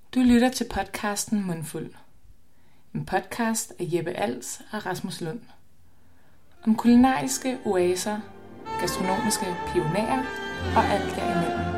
Du lytter til podcasten Mundfuld. En podcast af Jeppe Als og Rasmus Lund. Om kulinariske oaser, gastronomiske pionerer og alt derimellem.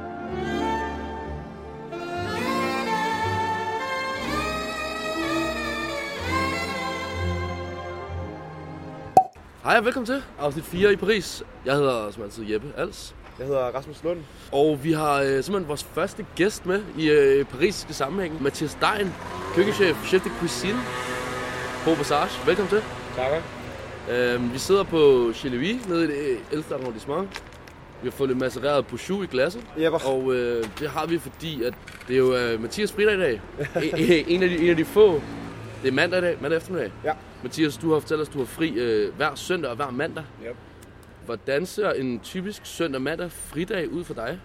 Hej og velkommen til afsnit 4 i Paris. Jeg hedder som altid Jeppe Als. Jeg hedder Rasmus Lund. Og vi har simpelthen vores første gæst med i parisiske sammenhæng. Mathias Dein, køkkenchef, chef de cuisine på Passage. Velkommen til. Tak. Vi sidder på Chez Louis nede i det 11. arrondissement. Vi har fået lidt macereret Peugeot i glasset. Yep. Og det har vi, fordi at det er jo Mathias fridag i dag. en af de få. Det er mandag i dag, mandag eftermiddag. Ja. Mathias, du har fortalt os, at du har fri hver søndag og hver mandag. Yep. Hvordan ser en typisk søndag-mandag fridag ud for dig?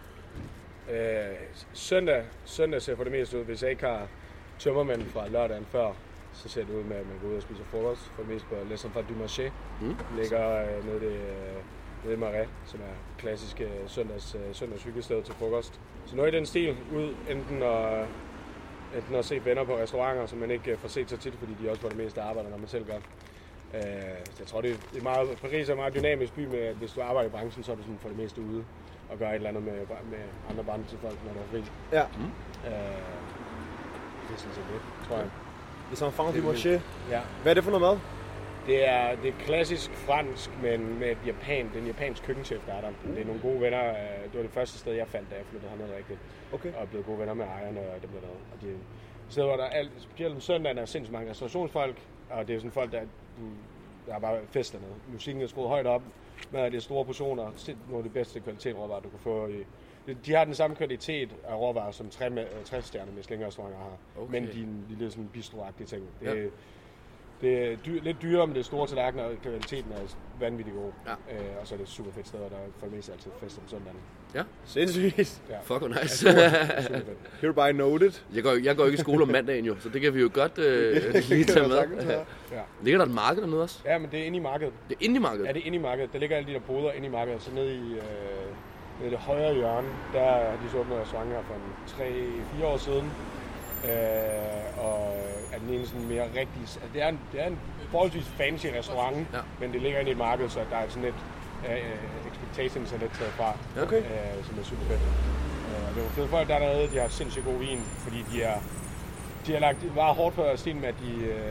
Søndag ser for det meste ud, hvis jeg ikke har tømmermænd fra lørdagen før, så ser det ud med, at man går ud og spiser frokost. For det meste på Les Enfants du Marché. Ligger nede i Marais, som er klassisk søndags hyggested til frokost. Så noget i den stil ud, enten at se venner på restauranter, som man ikke får set så tit, fordi de også for det meste arbejder, når man selv gør. Jeg tror, det er meget, Paris er en meget dynamisk by med, at hvis du arbejder i branchen, så er du sådan for det meste ude og gør et eller andet med andre branchefolk, når du er fri. Ja. Det er sådan set det, tror jeg. Les Enfants du Marché. Ja. Hvad er det for noget mad? Det er klassisk fransk, men med den japanske køkkenchef, der er der. Det er nogle gode venner. Det var det første sted, jeg fandt, da jeg flyttede hernede rigtigt. Okay. Og er blevet gode venner med ejerne og dem dernede. Og de steder, hvor der er specielt om søndagen, er sindssygt mange restaurationsfolk. Og det er sådan folk, der er bare fest dernede. Musikken er skruet højt op. Med de store portioner. Nogle af de bedste kvalitetsråvarer, du kan få. De har den samme kvalitet af råvarer, som 3-stjerne Michelin-restauranter har. Okay. Men de er lidt sådan bistro-agtige ting. Det er lidt dyrere, men det er store tallerkener, og kvaliteten er vanvittigt god. Ja. Og så er det super fedt sted, og der er for det meste altid fest om søndagen. Ja. Sindssygt. Ja. Fuck, hvor nice. Hereby noted. Jeg går ikke i skole om mandagen jo, så det kan vi jo godt lige tage med. Ja. Ligger der et marked dernede også? Ja, men det er inde i markedet. Det er inde i markedet? Ja, det er inde i markedet. Der ligger alle de der boder inde i markedet. Så nede i det højre hjørne, der har de så åbnet restaurant her for 3-4 år siden. Og er den ene sådan mere rigtig... Altså det er en forholdsvis fancy restaurant, ja. Men det ligger inde i et marked, så der er sådan lidt expectations er lidt taget fra, okay. Som er super fedt. Og det var fedt folk, der er dernede, de har sindssygt god vin, fordi de har lagt meget hårdt for stilen med, at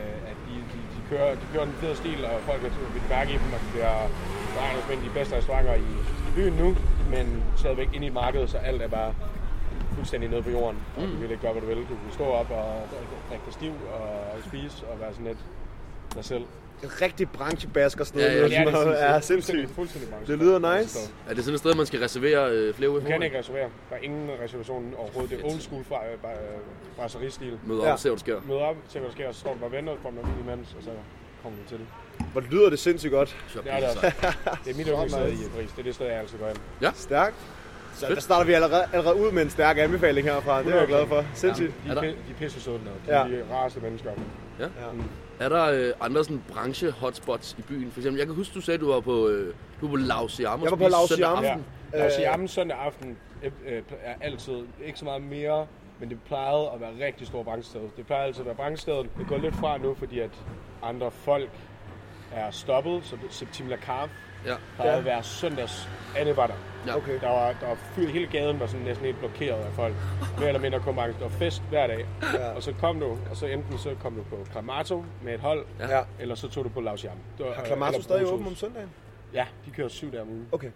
de kører den fede stil, og folk vil mærke i dem, at de er en af de bedste restauranter i byen nu, men stadigvæk inde i et marked, så alt er bare fuldstændig nede på jorden, og du kan ikke gøre, hvad du vil. Du kan stå op og drikke dig stiv og spise og være sådan lidt dig selv. En rigtig branchebaskersted. Ja, det er sindssygt. Fuldstændig det lyder nice. Er det sådan et sted, man skal reservere flere uger? Du kan ikke reservere. Der er ingen reservation overhovedet. Det er old school brasserie-stil. Møder op og ser, hvad der sker. Møder op, ser, hvad der sker, og så står du bare venter, får noget imens, og så kommer du til. Hvor lyder det sindssygt godt. Det er det også. Det er mit yndlingssted i Paris. Det er det sted, jeg altid går ind. Ja. Stærkt. Så der starter vi allerede ud med en stærk anbefaling herfra. Det er jeg glad for. Sindssygt. Ja, de er pisse søde dernede. De er rareste mennesker. Ja. Er der andre sådan branche-hotspots i byen? For eksempel, jeg kan huske, du sagde, at du var på Lau Siam. Jeg var på Lau Siam. Lau Siam søndag aften er altid ikke så meget mere, men det plejede at være rigtig stor branchested. Det plejer altid at være branchestedet. Det går lidt fra nu, fordi at andre folk er stoppet, så Septim La Cave plejede at være søndags. Alle var der. Ja. Okay. Der var fyldt, hele gaden var sådan næsten helt blokeret af folk. Mere eller mindre kom mange. Der var fest hver dag. Ja. Og så kom du, og så enten så kom du på Clamato med et hold, eller så tog du på Lau Siam. Har Clamato stadig åben om søndagen? Ja, de kører 7 dage om ugen. Okay.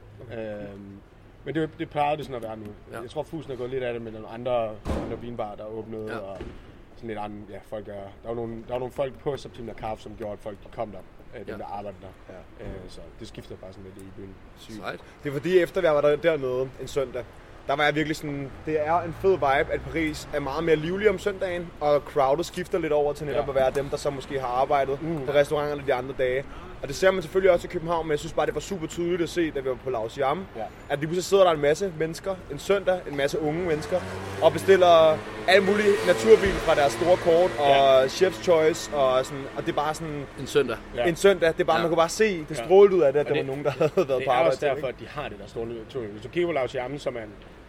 Men det plejede det sådan at være nu. Ja. Jeg tror, Fusen er gået lidt af det med nogle andre vinbarer, der åbnede, og sådan lidt andre, folk der var nogle folk på Septim La Cave, som gjorde, at folk de kom der. Dem, der arbejder der. Ja. Så det skifter bare sådan lidt i byen. Sygt. Det er fordi, efter jeg var dernede en søndag, der var jeg virkelig sådan, det er en fed vibe, at Paris er meget mere livlig om søndagen, og crowdet skifter lidt over til netop at være dem, der så måske har arbejdet på restauranterne de andre dage. Og det ser man selvfølgelig også i København, men jeg synes bare, det var super tydeligt at se, da vi var på Lau Siam, at lige pludselig sidder der en masse mennesker, en søndag, en masse unge mennesker, og bestiller alle mulige naturvin fra deres store kort, og Chef's Choice, og sådan, og det er bare sådan... En søndag. Ja. En søndag, det er bare, man kunne bare se, det strålede ud af det, at der var nogen, der havde været på arbejde. Det er også derfor, at de har det der store naturvin. Hvis du kigger på Lau Siam, som er en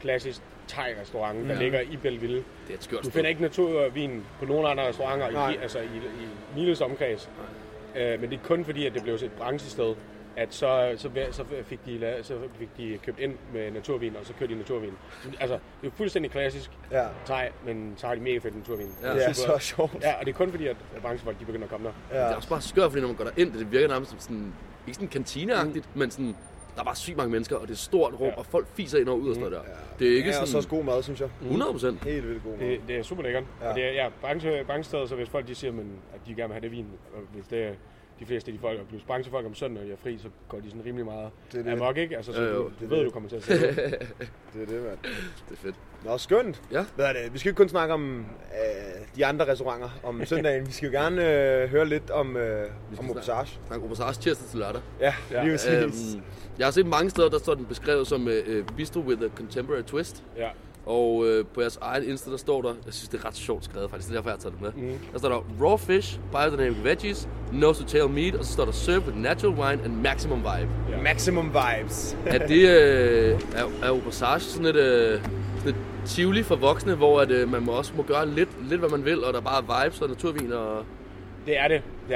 klassisk thai-restaurant, der ligger i Belleville. Det er et skørt Du finder ikke naturvin på nogen andre restauranter i Miles omkreds. Men det er kun fordi, at det blev et branchested, at så fik de købt ind med naturvin, og så kørte de naturvin. Altså, det er fuldstændig klassisk thai, men så har de mega fedt naturvin. Ja, det er så sjovt. Ja, og det er kun fordi, at branchefolk de begynder at komme der. Ja. Det er også bare skørt, fordi når man går derind, det virker nærmest som sådan, ikke sådan kantineagtigt, men sådan, der er bare sygt mange mennesker, og det er et stort rum, og folk fiser ind og ud og sådan noget der. Det er ikke sådan... så også god mad, synes jeg. 100%. Helt vildt god mad. Det er super lækkert. Ja. Og det er branchesteder, så hvis folk de siger, at de gerne vil have det vin, og hvis det er de fleste af de folk, og plus branchefolk om søndag, når de er fri, så går de sådan rimelig meget amok, ikke? Altså, så du ved, du kommer til at se det. Det er det, mand. Det er fedt. Nå, skønt. Ja. Hvad er det? Vi skal ikke kun snakke om de andre restauranter om søndagen. Vi skal jo gerne høre lidt om Auberçage. Snakke Auberçage tirsdag til lørdag. Ja, lige præcis. Jeg har set mange steder, der står den beskrevet som bistro with a contemporary twist. Ja. Og på jeres egen Insta, der står der, jeg synes, det er ret sjovt skrevet faktisk, det er derfor, jeg har taget det med. Der står der, raw fish, biodynamic veggies, nose to tail meat, og så står der served with natural wine and maximum vibe. Ja. Maximum vibes. Er det, er Auberçage sådan et tivoli for voksne, hvor at, man også må gøre lidt, hvad man vil, og der bare er vibes og naturvin og... Det er det. Det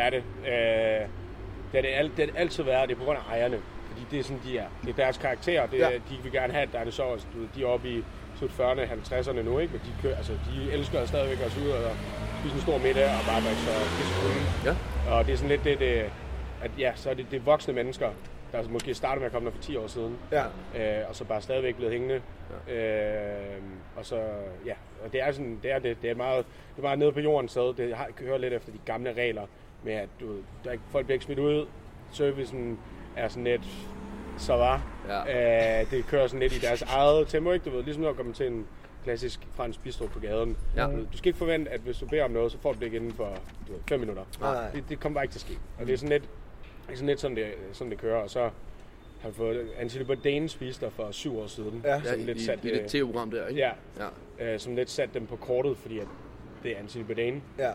er det altid været, det er på grund af ejerne. Fordi det er sådan, de er. Det er deres karakter, de vil gerne have, at der er det så også. De er oppe i slut 40'erne, 50'erne nu, ikke? Men de elsker stadigvæk at ud og spise en stor middag og bare drikke så pissekulde. Ja. Og det er sådan lidt så er det voksne mennesker, der måske startede med at komme der for 10 år siden. Ja. Og så bare stadigvæk blevet hængende. Ja. Og så, og det er sådan, det er meget nede på jorden sted. Det kører lidt efter de gamle regler med, at folk bliver ikke smidt ud. Servicen er sådan lidt, så var. Ja. Det kører sådan lidt i deres eget tempo, ikke? Du ved, ligesom når du kommer til en klassisk fransk bistro på gaden. Ja. Du skal ikke forvente, at hvis du beder om noget, så får du det ikke inden for 5 minutter. Det kommer bare ikke til at ske. Og det er sådan lidt sådan det kører. Og så har vi fået Anthony Bourdain spist der for 7 år siden. Ja, i det tv-program der, ikke? Ja. Som lidt sat dem på kortet, fordi at det er Anthony Bourdain. Ja.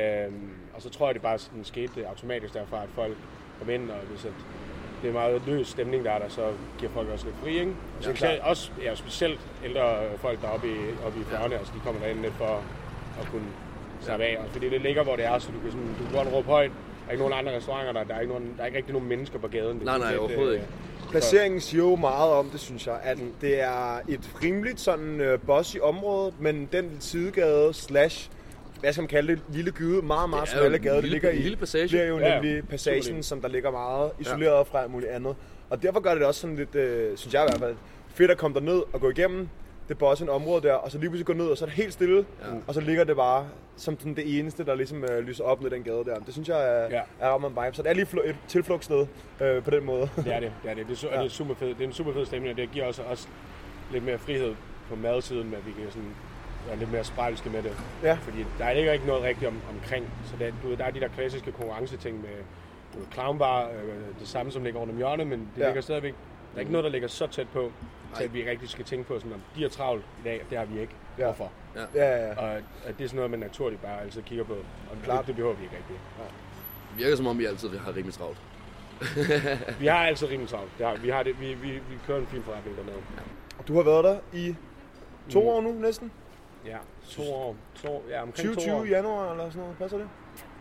Og så tror jeg, det bare sådan skete automatisk derfra, at folk kom ind, og hvis det er meget løs stemning, der så giver folk også lidt fri, ikke? Specielt ældre folk, der er oppe i 40'erne, altså de kommer derind lidt for at kunne slappe af. Fordi det ligger, hvor det er, så du kan godt råbe højt. Der er ikke nogen andre restauranter, der er ikke rigtig nogen mennesker på gaden. Nej, overhovedet ikke. Placeringen siger jo meget om det, synes jeg, at det er et rimeligt sådan bossy område, men den sidegade / hvad skal man kalde det, lille gyde, meget smalle gade, det ligger i, lille passage. bliver jo nemlig passagen, som der ligger meget isoleret fra alt muligt andet. Og derfor gør det også sådan lidt, synes jeg i hvert fald, fedt at komme derned og gå igennem det bossende område der, og så lige pludselig gå ned, og så er det helt stille, og så ligger det bare som sådan det eneste, der ligesom lyser op ned den gade der. Det synes jeg er ret meget vibe, så det er lige et tilflugtssted på den måde. Det er det. Det er super fedt. Det er en super fed stemning, og det giver også lidt mere frihed på madsiden, at vi kan sådan være lidt mere sprejlske med det. Ja. Fordi der ligger ikke noget rigtigt omkring. Så der er de der klassiske konkurrenceting med clownbar, det samme som ligger rundt om hjørnet, men det ligger stadigvæk. Der er ikke noget, der ligger så tæt på, til at vi rigtig skal tænke på, sådan, om de er travlt i dag, det har vi ikke. Hvorfor? Ja. Og det er sådan noget, man naturligt bare altid kigger på. Og det behøver vi ikke rigtig. Ja. Det virker som om, vi altid har rimelig travlt. Vi har altid rimelig travlt. Vi kører en fin forretning dernede. Ja. Du har været der i 2 år nu, næsten? Ja, 2 år. Omkring 2020 januar eller sådan noget, passer det?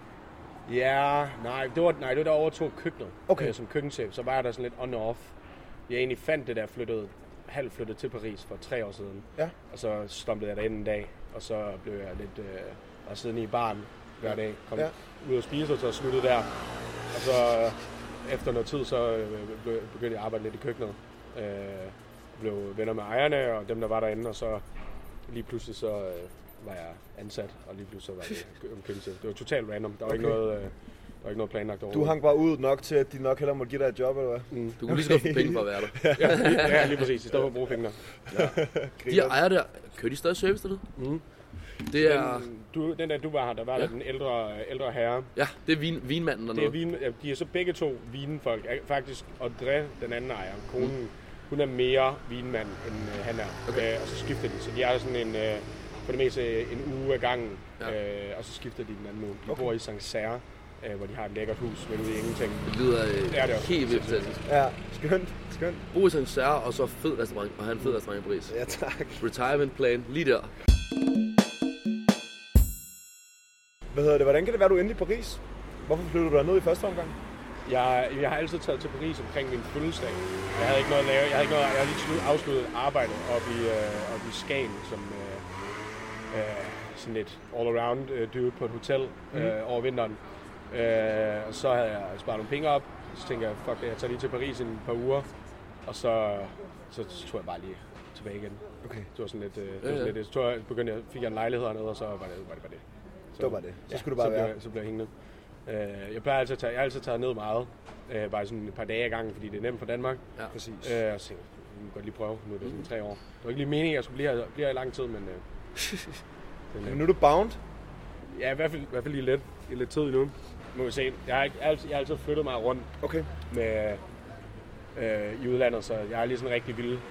Ja, det var der overtog køkkenet som køkkenchef, så var jeg der sådan lidt on and off. Jeg egentlig fandt det der halvflyttet til Paris for 3 år siden. Ja. Og så stomplede jeg der en dag, og så blev jeg lidt siddende i baren hver dag. Kom ud og spise, og så sluttede der. Og så efter noget tid, så begyndte jeg at arbejde lidt i køkkenet. Blev venner med ejerne og dem, der var derinde, og så lige pludselig så var jeg ansat, og lige pludselig så var det køkkenchef. Det var totalt random. Der var ikke noget planlagt overhovedet. Du hang bare ud nok til, at de nok hellere måtte give dig et job, eller hvad? Du kunne lige så godt få penge for at være der. ja, lige præcis. I stedet for at bruge penge der. Ja. De her ejer der, kører de stadig service der? Det er... Den der du var her, der var der den ældre herre. Ja, det er vinmanden dernede. De er så begge to vinfolk. Faktisk Audrey, den anden ejer, konen, hun er mere vinmand, end han er. Okay. Og så skifter de. Så de er sådan for det meste en uge ad gangen, og så skifter de den anden uge. De bor i Sancerre, hvor de har et lækkert hus midt ude i ingenting. Det lyder helt vildt fantastisk. Ja, skønt. Bo i Sancerre, og så fed restaurant, og have en fed restaurant i Paris. Ja, tak. Retirement plan, lige der. Hvordan kan det være, du endte i Paris? Hvorfor flyttede du derned i første omgang? Jeg har altid taget til Paris omkring min fødselsdag. Jeg havde ikke noget at lave. Jeg havde lige afsluttet arbejde oppe i Skagen som sådan et all-around dude på et hotel over vinteren. Og så havde jeg sparet nogle penge op. Så tænkte jeg, fuck det, jeg tager lige til Paris en par uger. Og så tog jeg bare lige tilbage igen. Okay. Det var sådan lidt, så fik jeg en lejlighed hernede, og så var det bare det. Det var det. Så skulle du bare være. Så blev jeg hængende. Jeg har altid taget ned meget, bare sådan et par dage ad gangen, fordi det er nemt for Danmark. Ja, præcis. Og så jeg godt lige prøve, nu er det sådan 3 år. Det var ikke lige meningen, at jeg skulle blive her i lang tid, men... Men nu er du bound? Ja, i hvert fald lige lidt tid endnu. Må vi se. Jeg har altid flyttet mig rundt med i udlandet, så jeg er lige sådan rigtig vild.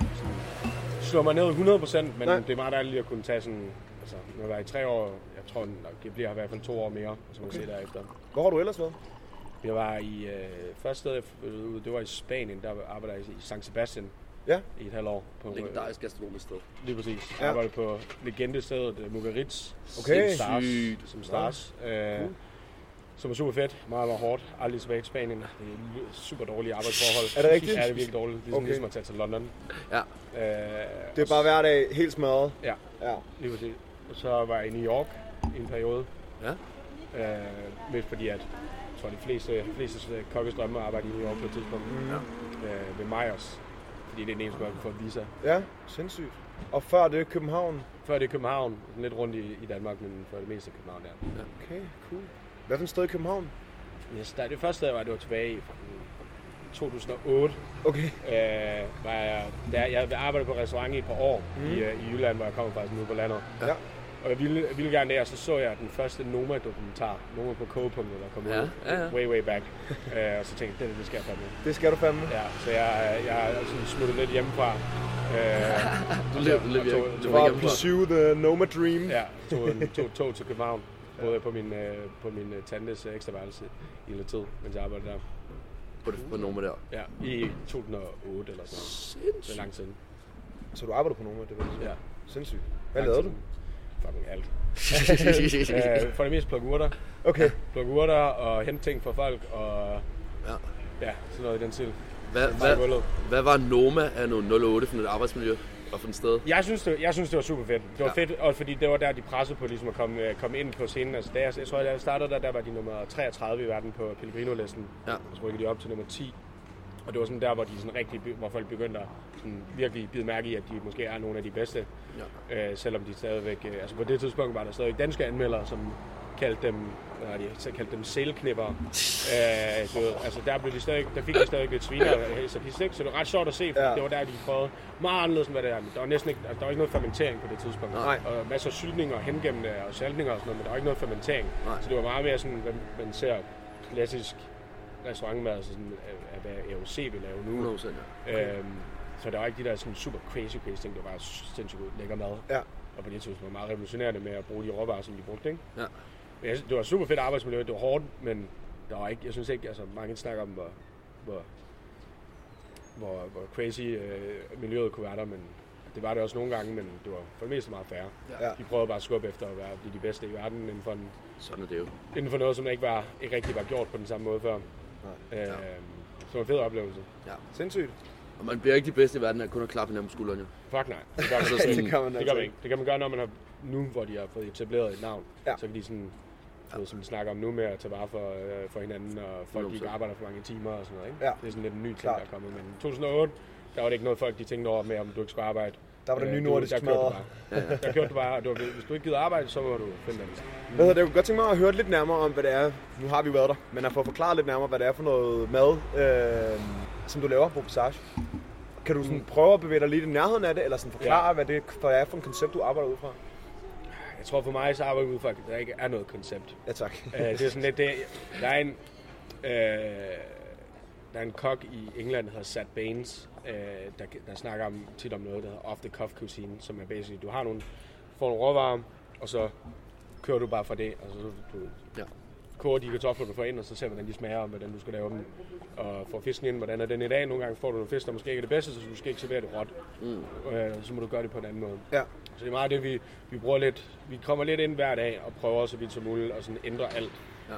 Slå mig ned 100%, men det er meget dejligt at kunne tage sådan... Altså, nu har jeg været i 3 år, jeg tror, det bliver i hvert fald 2 år mere, så må vi se derefter. Hvor har du ellers været? Jeg var i første sted, det var i Spanien, der arbejdede jeg i San Sebastian i et halvt år. På legendarisk gastronomisk sted. Lige præcis. Jeg arbejdede på legendestedet Mugaritz, som Stars. Som er super fedt, meget hårdt, aldrig tilbage til Spanien. Det er super dårlige arbejdsforhold. Er det rigtigt? Ja, det er virkelig dårligt. Det er sådan ligesom at tage til London. Ja. Det er bare hver dag helt smadret. Ja, lige præcis. Og så var jeg i New York i en periode. Ja. Mest fordi, at jeg tror, de fleste kokkes drømme at arbejde i New York på et tidspunkt. Ved Myers. Fordi det er den eneste måde, at få visa. Ja, sindssygt. Og før det København? Før det er København. Lidt rundt i Danmark, men for det meste København der. Ja. Okay, cool. Hvad for et sted i København? Det første sted var totilbage i 2008. Okay. Jeg arbejdede på restaurant i et par år i Jylland, hvor jeg kommer faktisk ude på landet. Ja. Og jeg ville gerne der, så jeg den første Noma-dokumentar. Noma på Kogepunktet, der kom ud. Ja. Way back. Og så tænkte jeg, det skal jeg fandme. Det skal du fandme? Ja, så jeg er sådan smuttet lidt hjemmefra. Du levede lidt hjemmefra. For at pursue the Noma dream. Ja, tog tog til København. Både på min tantes ekstra værelse i lidt tid, mens jeg arbejdede der. På Noma der? Ja, i 2008 eller sådan noget. Det er lang tid. Så du arbejder på Noma, det ved jeg? Ja. Sindssygt. Hvad lavede du? Fucking alt. For det meste plukke urter. Okay. Plukke urter og hente ting fra folk og sådan noget i den stil. Hvad var Noma af 08 for et arbejdsmiljø og for et sted? Jeg synes, det var super fedt. Det var fedt, og fordi det var der, de pressede på ligesom at komme ind på scenen. Altså, jeg tror, da jeg startede der var de nummer 33 i verden på Pellegrino-listen. Ja. Og så rykkede de op til nummer 10. Og det var sådan der, hvor de sådan rigtig, hvor folk begyndte at sådan virkelig bide mærke i, at de måske er nogle af de bedste. Ja. Selvom de stadigvæk... altså på det tidspunkt var der stadig danske anmeldere, som kaldte dem sælknippere. Altså der fik de stadig lidt sviner, så det var ret sjovt at se, for det var der, de prøvede meget anderledes end hvad det er. Der var næsten ikke, der var ikke noget fermentering på det tidspunkt. Nej. Og masser af syltninger, hengemmende og saltninger og sådan noget, men der var ikke noget fermentering. Nej. Så det var meget mere sådan, hvad man ser klassisk restaurantmad, altså sådan, hvad AOC vil lave nu. 100%, så der var ikke de der sådan super crazy ting, det var bare sindssygt lækker mad. Ja. Og på det tidspunkt var meget revolutionerende med at bruge de råvarer, som de brugte, ikke? Ja. Men det var super fedt arbejdsmiljø, det var hårdt, men der var ikke, jeg synes ikke, altså mange snakker om, hvor crazy miljøet kunne være der, men det var det også nogle gange, men det var for det meste meget fair. Ja. De prøvede bare at skubbe efter at blive de bedste i verden sådan er det jo. Inden for noget, som ikke rigtig var gjort på den samme måde før. Så var en fed oplevelse. Ja, sindssygt. Og man bliver ikke de bedste i verden af kun at klappe hinanden på skuldrene. Fuck nej, det gør man ikke. Det kan man gøre, når man har, nu hvor de har fået etableret et navn, så kan de sådan, som vi snakker om nu med at tage vare for hinanden, og folk ikke arbejder for mange timer og sådan noget. Ikke? Ja. Det er sådan lidt en ny ting, der er kommet. Men 2008, der var det ikke noget folk, de tænkte over med, om du ikke skulle arbejde. Der var det nye nordiske smadre. Der kørte du bare, og hvis du ikke gider arbejde, så må du finde det. Jeg kunne godt tænke mig at høre lidt nærmere om, hvad det er. Nu har vi været der, men at få forklaret lidt nærmere, hvad det er for noget mad, som du laver på Passage. Kan du sådan prøve at bevæge dig lidt i nærheden af det, eller sådan forklare, hvad det er for en koncept, du arbejder ud fra? Jeg tror for mig, så arbejder jeg ud fra, at der ikke er noget koncept. Ja, tak. Det er sådan lidt det. Der er en kok i England, der hedder Sad Baines, der snakker tit om noget, der hedder off-the-cuff cuisine, som er basically, du får nogle råvarer, og så kører du bare fra det, og så koger de kartofler, du får ind, og så ser hvordan de smager, og hvordan du skal lave dem. Og får fisken ind, hvordan er den i dag. Nogle gange får du noget fisk, der måske ikke er det bedste, så du skal ikke servere det råt. Så må du gøre det på en anden måde. Ja. Så det er meget det, vi bruger lidt. Vi kommer lidt ind hver dag og prøver så vidt som muligt at sådan ændre alt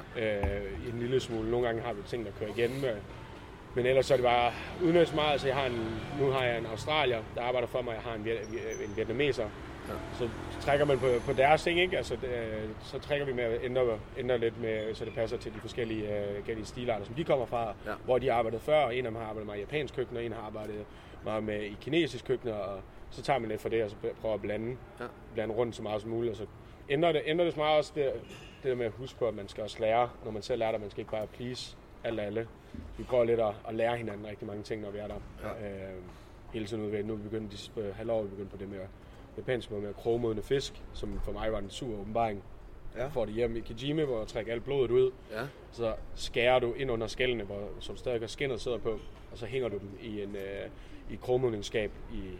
i en lille smule. Nogle gange har vi ting, der kører igen. Men ellers så er det bare udnyttes meget. Altså nu har jeg en australier, der arbejder for mig. Jeg har en vietnameser. Ja. Så trækker man på deres ting, ikke? Altså, så trækker vi med at ændre lidt med, så det passer til de forskellige stilarter, som de kommer fra, hvor de arbejdede før. En af dem har arbejdet meget i japansk køkken, og en har arbejdet meget med i kinesisk køkken, og så tager man lidt fra det, og så prøver at blande rundt så meget som muligt. Og så ændrer det så meget også det der med at huske på, at man skal også lære, når man selv lærer det, at man skal ikke bare please alle. Vi prøver lidt at lære hinanden rigtig mange ting, når vi er der. Hele tiden udviklet. Nu er vi begyndt de halvår, vi begyndt på det med japansk måde med at krogmodne fisk, som for mig var en sur åbenbaring. Får det hjem i Kijime, hvor jeg trækker alt blodet ud. Ja. Så skærer du ind under skællene, som stadig har skinnet sidder på, og så hænger du dem i krogmodningsskab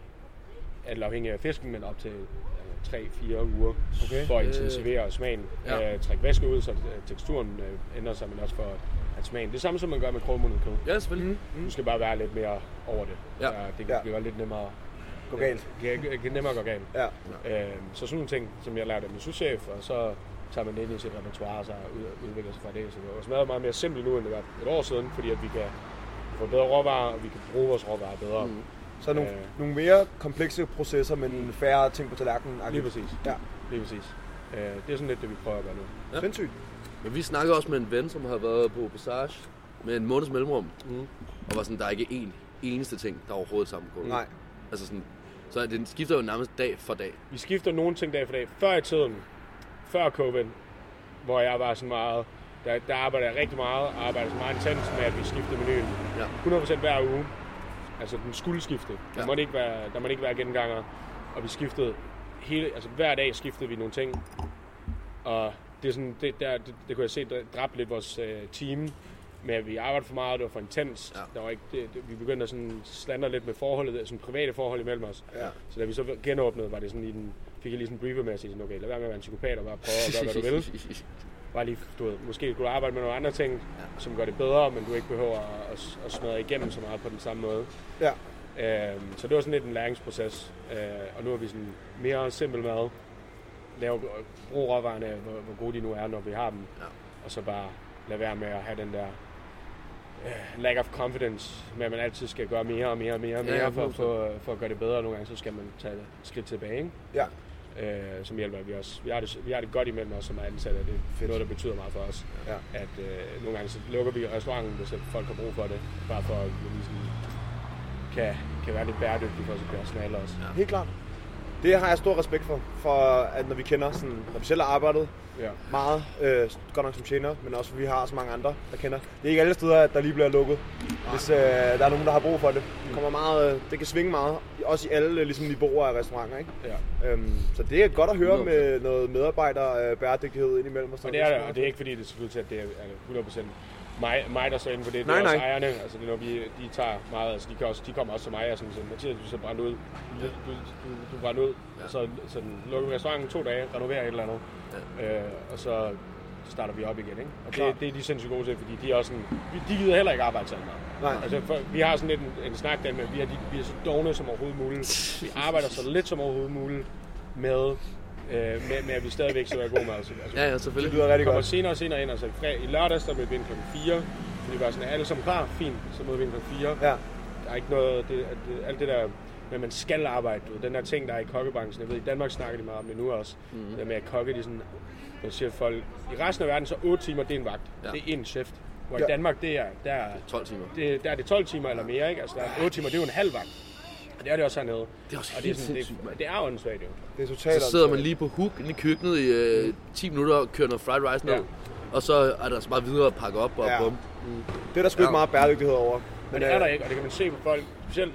alt afhængig af fisken, men op til 3-4 uger, for at intensivere smagen. Trække væske ud, så teksturen ændrer sig, men også for at smagen. Det samme som man gør med krogmodnet kød. Ja, selvfølgelig. Du skal bare være lidt mere over det. Ja. Det kan blive lidt nemmere gå galt. Nemmere gå galt. Ja. Så sådan nogle ting, som jeg lærte af min souschef, og så tager man det ind i sit repertoire, og så udvikler sig fra det. Så det er smaget meget mere simpelt nu, end det var et år siden, fordi at vi kan få bedre råvarer, og vi kan bruge vores råvarer bedre. Så nogle mere komplekse processer, men færre ting på tallerkenen. Lige præcis. Ja. Lige præcis. Det er sådan lidt det, vi prøver at gøre nu. Ja. Sindssygt. Men vi snakker også med en ven, som har været på Passage med en måneds mellemrum, og var sådan, der er ikke én eneste ting, der er overhovedet sammengår. Nej. Altså sådan, så det skifter jo nærmest dag for dag. Vi skifter nogle ting dag for dag. Før i tiden, før COVID, hvor jeg var så meget, der arbejdede jeg rigtig meget, og arbejdede så meget intens med, at vi skiftede menuen. Ja. 100% hver uge. Altså den skulle skifte. Der måtte ikke være genganger. Og vi skiftede hver dag skiftede vi nogle ting. Og det er sådan, det kunne jeg se, dræbte lidt vores team. med at vi arbejdede for meget, det var for intens. Ja. Der var ikke, vi begyndte at sådan slandre lidt med forholdet, sådan private forhold imellem os. Ja. Så da vi så genåbnede, var det sådan fik jeg lige sådan en briefer med at sige sådan, okay, lad være med at være en psykopat og bare prøve at gøre, hvad du vil. Bare lige, måske kunne du arbejde med nogle andre ting, som gør det bedre, men du ikke behøver at smadre igennem så meget på den samme måde. Ja. Så det var sådan lidt en læringsproces, og nu er vi sådan mere simpel mad. Brug råvarerne, hvor gode de nu er, når vi har dem. Ja. Og så bare lade være med at have den der lack of confidence, med at man altid skal gøre mere og mere for at gøre det bedre. Nogle gange så skal man tage et skridt tilbage, ikke? Ja. Som hjælper vi også. Vi har det godt imellem os som er ansatte, og det er noget, der betyder meget for os. Ja. At nogle gange så lukker vi restauranten, hvis folk har brug for det, bare for at vi ligesom kan være lidt bæredygtige for sit personale også. Ja. Helt klart. Det har jeg stor respekt for at når vi kender, sådan, når vi selv har arbejdet meget, godt nok som tjener, men også vi har så mange andre, der kender. Det er ikke alle steder, at der lige bliver lukket, hvis der er nogen, der har brug for det. Det kommer meget, det kan svinge meget, også i alle ligesom, niveauer af restauranter, ikke? Ja. Så det er godt at høre med noget medarbejderbæredygtighed indimellem. Og det er det, og det er ikke fordi, det er selvfølgelig til, at det er 100% mig der står inde for det. Det er også ejerne, altså det er noget, de tager meget, altså de kommer også til mig og sådan, Mathias, du så brændt ud, du brænder ud, og så lukker vi restauranten 2 dage, renoverer et eller andet, og så starter vi op igen, ikke? Og det er de sindssygt gode til, fordi de er også sådan, de gider heller ikke arbejde sammen. Altså, vi har sådan lidt en snak der med, at vi er så dogne som overhovedet muligt, vi arbejder så lidt som overhovedet muligt med at vi stadigvæk skal være gode mad. Altså, ja, selvfølgelig. Det lyder rigtig godt. Senere og senere ind. Altså i lørdags, der mødte vi ind kl. 4. Fordi vi var sådan, alle sammen klar, fint, så mødte vi ind kl. 4. Ja. Der er ikke noget, alt det der med, at man skal arbejde. Den der ting, der er i kokkebranchen. Jeg ved, i Danmark snakker de meget om det nu også. Det der med at kokke, de sådan, man siger folk, i resten af verden, så 8 timer, det er en vagt. Ja. Det er en shift. Hvor i Danmark, der er 12 timer. Der er det 12 timer eller mere, ikke? Altså der er 8 timer, det er jo en halv vagt. Og det er det også hernede. Det er også helt sindssygt. Det er jo åndssvagt, jo. Det er totalt. Så sidder man lige på hook i køkkenet i 10 minutter og kører noget fried rice ned. Og så er der så bare videre at pakke op og bum. Det er der sgu ikke meget bæredygtighed over. Men det er der ikke, og det kan man se på folk. Specielt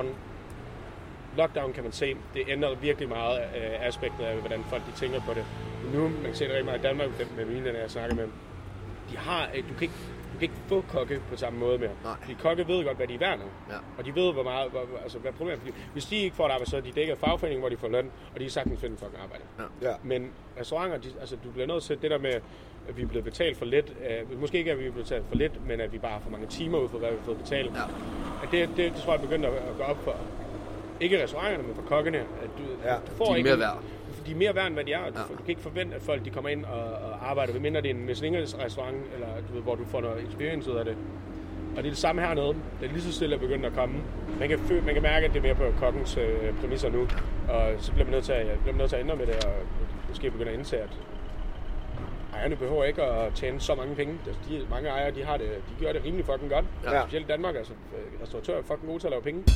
lockdown kan man se. Det ændrer virkelig meget aspektet af, hvordan folk de tænker på det. Nu, man kan se det rigtig meget i Danmark med mine, jeg snakker med dem. Du kan kan ikke få kokke på samme måde mere. Nej. Fordi kokke ved godt, hvad de er værd nu. Ja. Og de ved, hvad problemet er. Hvis de ikke får et arbejde, så er de dækket fagforening, hvor de får løn, og de er sagtens finde fucking arbejde. Ja. Men restauranter, du bliver nødt til det der med, at vi er blevet betalt for lidt. Måske ikke, at vi er blevet betalt for lidt, men at vi bare har for mange timer ud for, hvad vi har fået betalt. Ja. Det tror jeg begynder at gå op for, ikke restauranterne, men for kokkene. At du får de er ikke mere værd. De er mere værd, end hvad de er. Du kan ikke forvente, at folk de kommer ind og arbejder, medmindre det er en Michelin-restaurant, eller hvor du får noget experience ud af det. Og det er det samme hernede. Det er lige så stille at begynde at komme. Man kan mærke, at det er mere på kokkens præmisser nu. Og så bliver man nødt til at ændre med det, og måske begynde at indse, at ejerne behøver ikke at tjene så mange penge. Mange ejere, de gør det rimelig fucking godt. Ja. Specielt i Danmark, altså restauratører er fucking gode til at lave penge.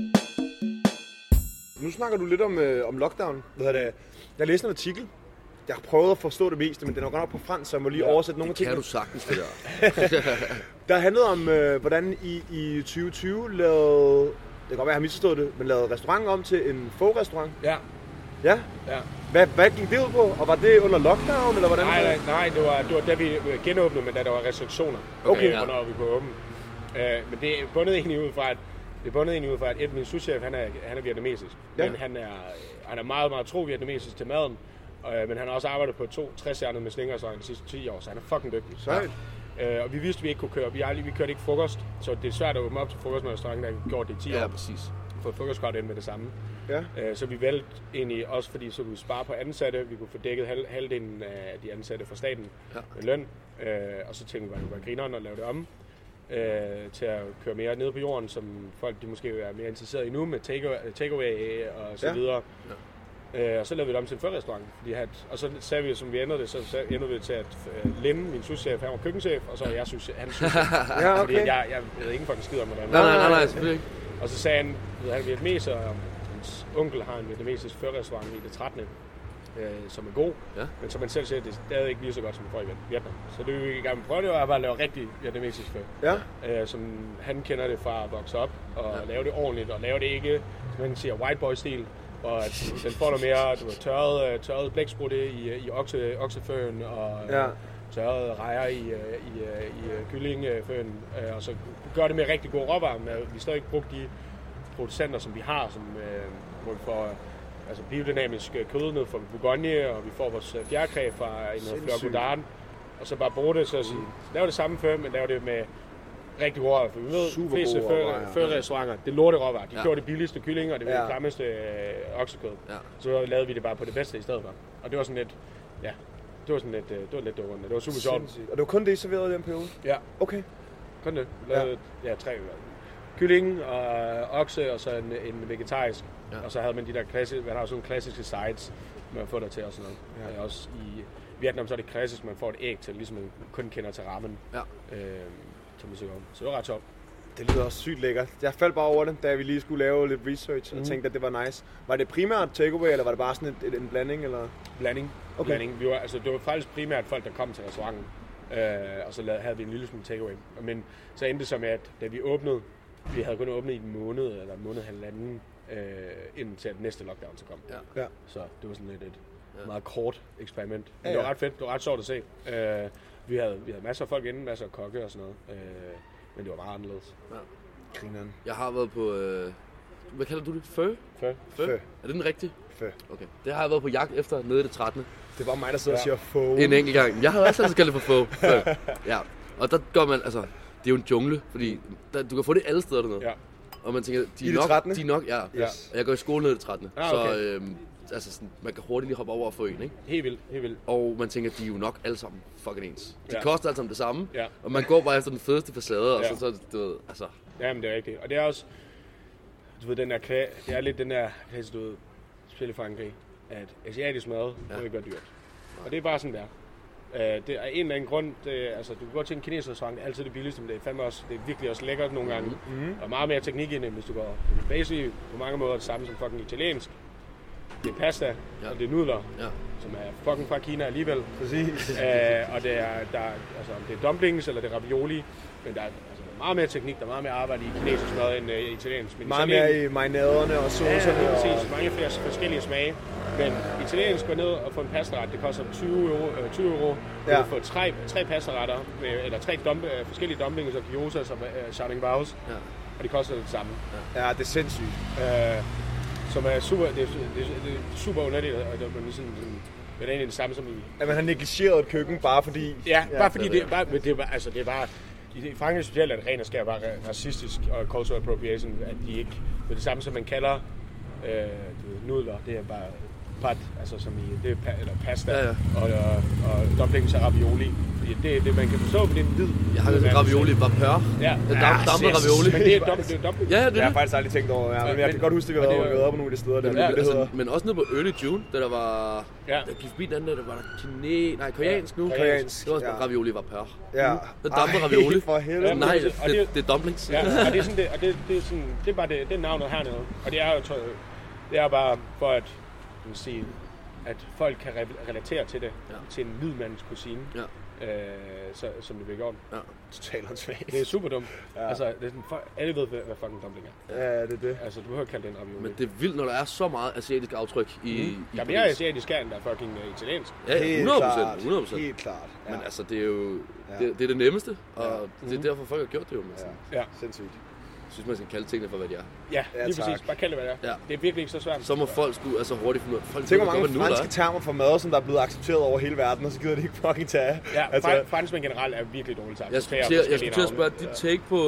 Nu snakker du lidt om lockdown. Jeg læste en artikel. Jeg har prøvet at forstå det meste, men den er godt nok på fransk, så jeg må lige oversætte nogle af tingene. Kan du sagtens det der? Der handlede om, hvordan I 2020 lavede, det kan godt være, jeg har misforstået det, men lavede restauranten om til en faux-restaurant. Ja. Ja? Ja. Hvad gik det ud på? Og var det under lockdown, eller hvordan? Nej, det var da vi genåbnede, men da der var restriktioner. Okay. Hvornår vi kunne åbne. Men det er bundet egentlig ud fra, at min souschef, han er vietnamesisk. Ja. Men han er meget, meget tro vietnamesisk til maden. Men han har også arbejdet på 2 60-stjernede Michelin-restauranter de sidste 10 år, så han er fucking dygtig. Sejt. Og vi vidste, vi ikke kunne køre. Vi kørte ikke frokost, så det er svært at åbne op til frokost med restauranten, der har gjort det i 10 år. Ja, præcis. Fået frokostkort ind med det samme. Ja. Så vi valgte egentlig også, fordi så kunne vi spare på ansatte. Vi kunne få dækket halvdelen af de ansatte fra staten med løn. Og så tænkte vi, at det var grineren at lave det om til at køre mere ned på jorden, som folk de måske er mere interesseret i nu med takeaway og så videre. Og så lavede vi det om til en førrestaurant, og så sagde vi, som vi ændrede det, så ændrede vi til, at Linde, min souschef, han var køkkenchef, og så var jeg hans souschef. Ja, okay. Fordi jeg ved ikke fucking skid om, hvordan Nej, selvfølgelig ikke. Og så sagde han er vietnameser, og hans onkel har en vietnamesisk førrestaurant i det 13. Som er god, men som man selv siger, det er stadig ikke lige så godt, som man får i Vietnam. Så det vi i gang med prøve, det var bare at lave rigtig vietnamesisk før. Ja. Som han kender det fra at vokse op, og lave det ordentligt, og lave det ikke, som man siger, white boy-stil. Og at den får noget mere tørret blæksprutte i okseføen, og tørrede rejer i kyllingeføen. Og så gør det med rigtig god råvarer. Vi stadig ikke brugt de producenter, som vi har, hvor vi får biodynamisk kød ned fra Bourgogne, og vi får vores fjerkræ fra en Fleur Goddard. Og så bare bruge det, så at sige, lave det samme før, men lave det med rigtig gode råvarer. For vi ved, fleste førrestauranter, det er lorte råvarer. De gjorde det billigste kylling, og det klammeste oksekød. Ja. Så lavede vi det bare på det bedste i stedet for. Og det var sådan lidt, det var lidt dårligt. Det var super sjovt. Og det var kun det, I serverede i den periode? Ja. Okay. Kun det. Vi lavede 3 kylling og okse, og så en vegetarisk. Ja. Og så havde man de der klassiske, man har sådan nogle klassiske sides, man får der til og sådan noget. Ja. Også i Vietnam så er det klassisk, man får et æg til, ligesom man kun kender til ramen. Ja. Så det var ret sjovt. Det lyder også sygt lækkert. Jeg faldt bare over det, da vi lige skulle lave lidt research, og tænkte, at det var nice. Var det primært takeaway, eller var det bare sådan en blanding? Eller? Blanding. Okay. Blanding. Det var faktisk primært folk, der kom til restauranten, og så havde vi en lille smule takeaway. Men så endte det som, at da vi åbnede, vi havde kun åbnet i en måned, eller en måned halvanden, inden til at næste lockdown så kom. Ja. Så det var sådan et meget kort eksperiment. Men det var ret fedt, det var ret sjovt at se. Vi havde masser af folk inde, masser af kokke og sådan noget, men det var meget anderledes. Ja. Grineren. Jeg har været på, hvad kalder du det? Før? Er det den rigtige? Før. Okay. Det har jeg været på jagt efter nede i det 13. Det var mig, der sidder og siger få. En enkelt gang. Jeg havde også altid kaldt det for få. Ja. Og der går man, altså, det er jo en jungle, fordi du kan få det alle steder dernede. Ja. Og man tænker, de er nok, ja. Yes. Og jeg går i skole nede i det 13. Okay. Så sådan, man kan hurtigt lige hoppe over og få en, ikke? Helt vildt. Og man tænker, de er jo nok alle sammen fucking ens. De koster alle sammen det samme, og man går bare efter den fedeste facade, og så du ved, altså... Jamen, det er rigtigt. Og det er også, du ved, det er lidt den der, du ved, specielt i Frankrig, at asiatisk mad må ikke være dyrt. Og det er bare sådan der. Det er en eller anden grund, altså du kan gå til en kinesisk restaurant, det er altid det billigste, men det er fandme også, det er virkelig også lækkert nogle gange. Og meget mere teknik i det, hvis du går basic på mange måder det samme som fucking italiensk. Det er pasta, og det er nudler, som er fucking fra Kina alligevel. Præcis. Og det er dumplings, eller det er ravioli, men der er meget mere teknik, der er meget mere arbejde i kinesisk mad end italiensk. Men meget mere i marinaderne og saucerne. Ja, præcis. Mange flere forskellige smage. Men italiensk går ned og får en pastaret, det koster 20 euro. Du kan få tre pastaretter, eller 3 forskellige dumplings og gyozas og shouting baus, og det koster det samme. Ja, det er sindssygt. Som er super, det er super underligt, og det er egentlig det samme som i... At man har negligeret et køkken bare fordi... Ja, bare fordi det er bare... I Frankrig specielt er det ren og skær bare racistisk og cultural appropriation, at de ikke... Det er det samme, som man kalder nudler, det er bare pat, altså som i det eller pasta og dumplings og ravioli. Det er det, man kan forstå, for det er en hvid. Jeg har hørt ravioli vapør. Ja. Dampet ravioli. Men det er dumpling. Ja, det jeg har faktisk aldrig tænkt over, men jeg kan godt huske, at vi har været op på nogle af de steder der. Men også nede på Early June, da der var... Der gik forbi den anden, der var der koreansk nu. Koreansk. Det var også ravioli vapør. Ja. Det dampet ravioli. For helvede. Nej, det er dumplings. Ja, og det er sådan det, og det er bare det er navnet hernede. Og det er jo det er bare for at man sige, at folk kan relatere til det, til en hvid mands kusine. Ja. Som det bliver gjort. Ja. Totalt åndssvagt. Det er super dumt. Ja. Altså, det er sådan, alle ved, hvad fucking dumpling er. Ja, det er det. Altså, du har kaldt den ravioli. Men det er vildt, når der er så meget asiatisk aftryk i der er mere asiatisk end der er fucking italiensk. Ja, 100%. Helt klart. Ja. Men altså, det er jo det er det nemmeste, og det er derfor, folk har gjort det jo. Ja, sindssygt. Jeg synes, man skal kalde tingene for, hvad de er. Ja, lige præcis. Bare kalde det, hvad det er. Ja. Det er virkelig ikke så svært. Så må folk sgu hurtigt finde ud af. Tænk, hvor mange franske termer for mad, som der er blevet accepteret over hele verden, og så gider de ikke fucking tage. Ja, altså, franskmænd generelt er virkelig dårligt til at acceptere. Jeg skulle til at spørge, dit take på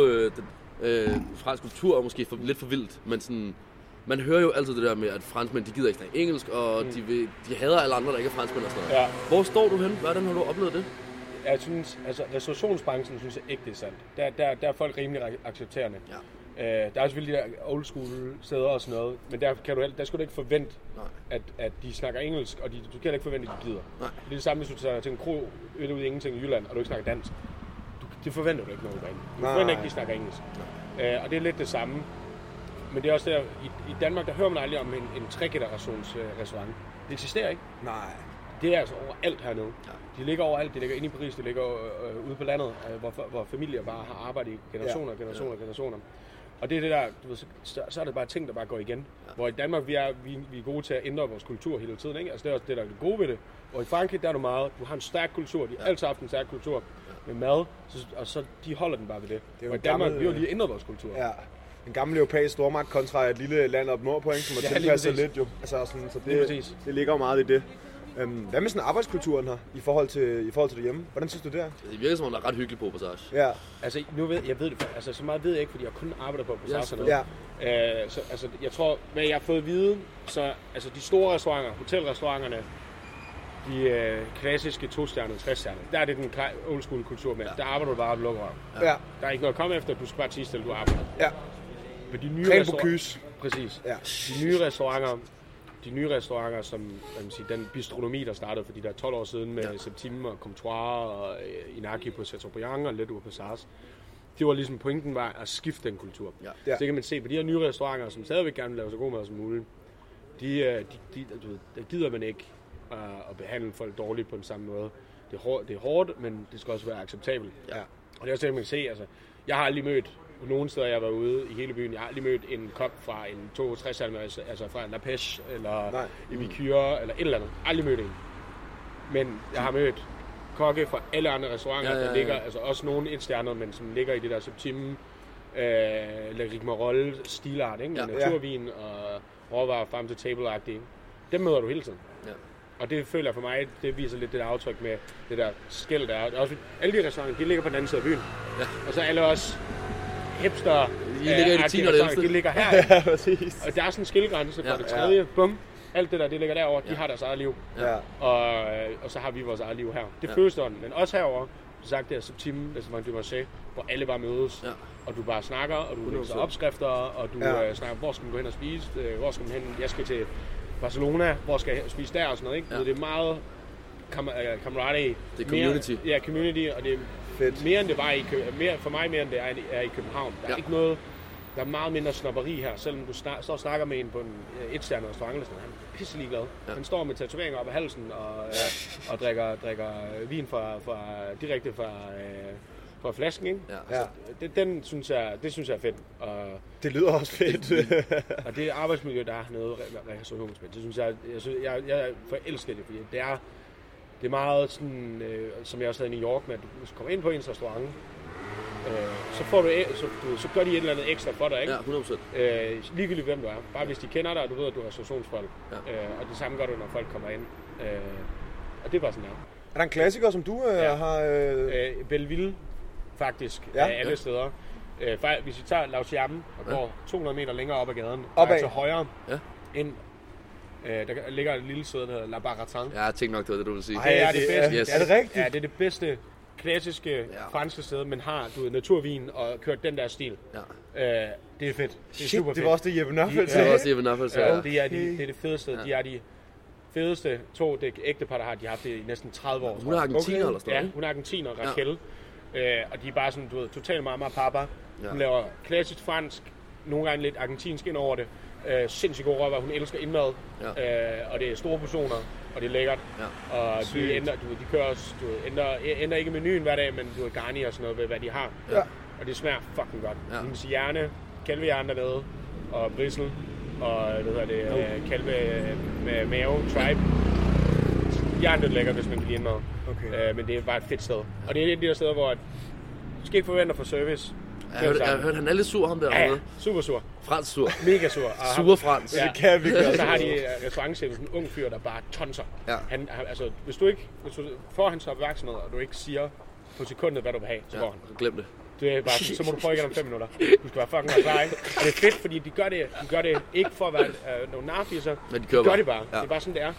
fransk kultur er måske lidt for vildt, men sådan... Man hører jo altid det der med, at franskmænd, de gider ikke snakke engelsk, og de hader alle andre, der ikke er franskmænd og sådan noget. Ja. Hvor står du hen? Hvordan har du oplevet det? Jeg synes, altså restaurationsbranchen synes jeg ikke, det er sandt. Der er folk rimelig accepterende. Ja. Der er selvfølgelig de der old school steder og sådan noget, men der skal du ikke forvente, at de snakker engelsk, og du kan ikke forvente, at de gider. Nej. Det er det samme, hvis du tager til en kro ud i ingenting i Jylland, og du ikke snakker dansk. Det forventer du ikke noget derinde. Du forventer ikke, at de snakker engelsk. Og det er lidt det samme. Men det er også der, i Danmark, der hører man aldrig om en tre-generations restaurant. Det eksisterer ikke. Nej. Det er altså overalt hernede. Ja. De ligger overalt. De ligger inde i Paris, de ligger ude på landet, hvor familier bare har arbejdet i generationer. Og det er det der, du ved, så er det bare ting, der bare går igen. Ja. Hvor i Danmark, vi er gode til at ændre vores kultur hele tiden, ikke? Altså det er også det, der er det gode ved det. Og i Frankrig, der er du har en stærk kultur. De har altid haft en stærk kultur med mad, og så de holder den bare ved det. Og i Danmark, vi har lige ændret vores kultur. Ja. En gammel europæisk stormagt kontra et lille land op nordpå, som har tilpasset lidt jo. Altså sådan, så det ligger jo meget i det. Hvad med sådan arbejdskulturen her i forhold til det hjemme? Hvordan synes du det er? Det virker som om, der er ret hyggeligt på Passage. Ja. Altså nu ved jeg det, altså så meget ved jeg ikke, fordi jeg kun arbejder på Passage. Ja. Så altså jeg tror, hvad jeg har fået at vide, så altså de store restauranter, hotelrestauranterne, de klassiske 2-stjernede, 3-stjernede, der er det den old school kultur med. Der arbejder du bare og lukker røv. Ja. Der er ikke noget at komme efter, du skal bare tige stille, du arbejder. Ja. Men de nye restauranter, præcis. Ja. De nye restauranter, som man siger, den bistronomi, der startede for de der 12 år siden med Septime og Comptoir og Inaki på Chateaubriand og Let Passage, det var ligesom pointen var at skifte den kultur. Ja. Så det kan man se på de her nye restauranter, som stadigvæk gerne vil lave så god mad som muligt. De gider man ikke at behandle folk dårligt på den samme måde. Det er hårdt, men det skal også være acceptabelt. Ja. Og det er også det, man kan se. Altså, jeg har aldrig mødt på nogle steder, jeg har været ude i hele byen. Jeg har aldrig mødt en kok fra en 62-salme, altså fra La Pêche, eller Epicure, eller et eller andet. Aldrig mødt en. Men jeg har mødt kokke fra alle andre restauranter, der ligger, altså også nogle etstjernede, men som ligger i det der Septime, La Rigmarole stilart, ikke? Med naturvin og råvarer frem til table-agtigt. Dem møder du hele tiden. Ja. Og det føler jeg for mig, det viser lidt det der aftryk med det der skel, der er. Også, alle de restauranter, de ligger på den anden side af byen. Ja. Og så alle os hipster, de ligger her. Ja, præcis. Og der er sådan en skilgrænse for det tredje. Bum. Alt det der, det ligger derovre. De har deres eget liv. Ja. Og så har vi vores eget liv her. Det føles sådan. Men også herovre, du sagt det er Septime, Restaurant du Marché, hvor alle bare mødes. Ja. Og du bare snakker, og du læser opskrifter, og du snakker, hvor skal man gå hen og spise, hvor skal man hen, jeg skal til Barcelona, hvor skal jeg spise der og sådan noget, ikke? Ja. Så det er meget camaraderie. Det er community. Community, og det er fedt. Mere end det var for mig mere end det er i København. Der er ikke noget, der er meget mindre snobberi her, selvom du står og snakker med en på en etstjernet restaurant, han er pisselig glad. Ja. Han står med tatoveringer op ad halsen og drikker vin direkte fra fra flasken, ikke? Ja. Altså, det synes jeg er fedt. Og det lyder også fedt. og det arbejdsmiljø, der er noget restaurationsspil, det synes jeg er forelsket det, fordi det er meget sådan, som jeg også havde i New York, med at du kommer ind på ens restaurant, så får så gør de et eller andet ekstra for dig, ikke? Ja, 100%. Ligegyldigt hvem du er. Bare hvis de kender dig, og du ved, at du er restaurationsfolk. Ja. Og det samme gør du, når folk kommer ind. Og det er bare sådan, Er der en klassiker, som du har... Belleville, faktisk, af alle steder. Hvis vi tager La Chiam og går 200 meter længere op ad gaden, til højre ind, der ligger et lille sted, der hedder La Baratin. Ja, jeg tænkte nok, det var det, du ville sige. Det er det bedste. Yes. Er det rigtigt? Ja, det er det bedste klassiske franske sted, men har naturvin og kørt den der stil. Ja. Det er fedt. Det er super fedt. Det var også det, Jeppe Nøffel sagde. Det var også Jeppe Nøffel sagde. Det er det fedeste. De er de fedeste det ægtepar, der har. De har haft det i næsten 30 år. Hun er argentiner eller sådan noget? Ja, hun er argentiner, Raquel. Og de er bare sådan, du ved, totalt mamma og papa. Hun laver klassisk fransk, nogle gange lidt argentinsk ind over det. Sindssygt god rødvin. Hun elsker indmad. Og det er store portioner, og det er lækkert. Ja. Og de kører også, ændrer ikke menuen hver dag, men du ved, garni og sådan noget ved, hvad de har. Ja. Og det smager fucking godt. Ja. Hendes hjerne, kalvehjerne dernede, og brisel, og kalve med mave, tribe. Hjernen er lækker, hvis man kan lide indmad. Okay. Men det er bare et fedt sted. Og det er et af de der steder, hvor du skal ikke forvente at få service. Jeg hørte, han er lidt sur, ham der. Ja, super sur. Fransk sur. Mega sur. Sur Frans. Ja. Det kan vi gøre. Og så har de restaurantchefen, sådan en ung fyr, der bare tonser. Ja. Altså, hvis du får hans opmærksomhed, og du ikke siger på sekundet, hvad du vil have, så går han. Glem det. Det er bare, så må du prøve igen om 5 minutter. Du skal være fucking klar, ikke? Og det er fedt, fordi de gør det ikke for at være nogle narfisser. Men de gør det bare. Ja. Det er bare sådan, det er.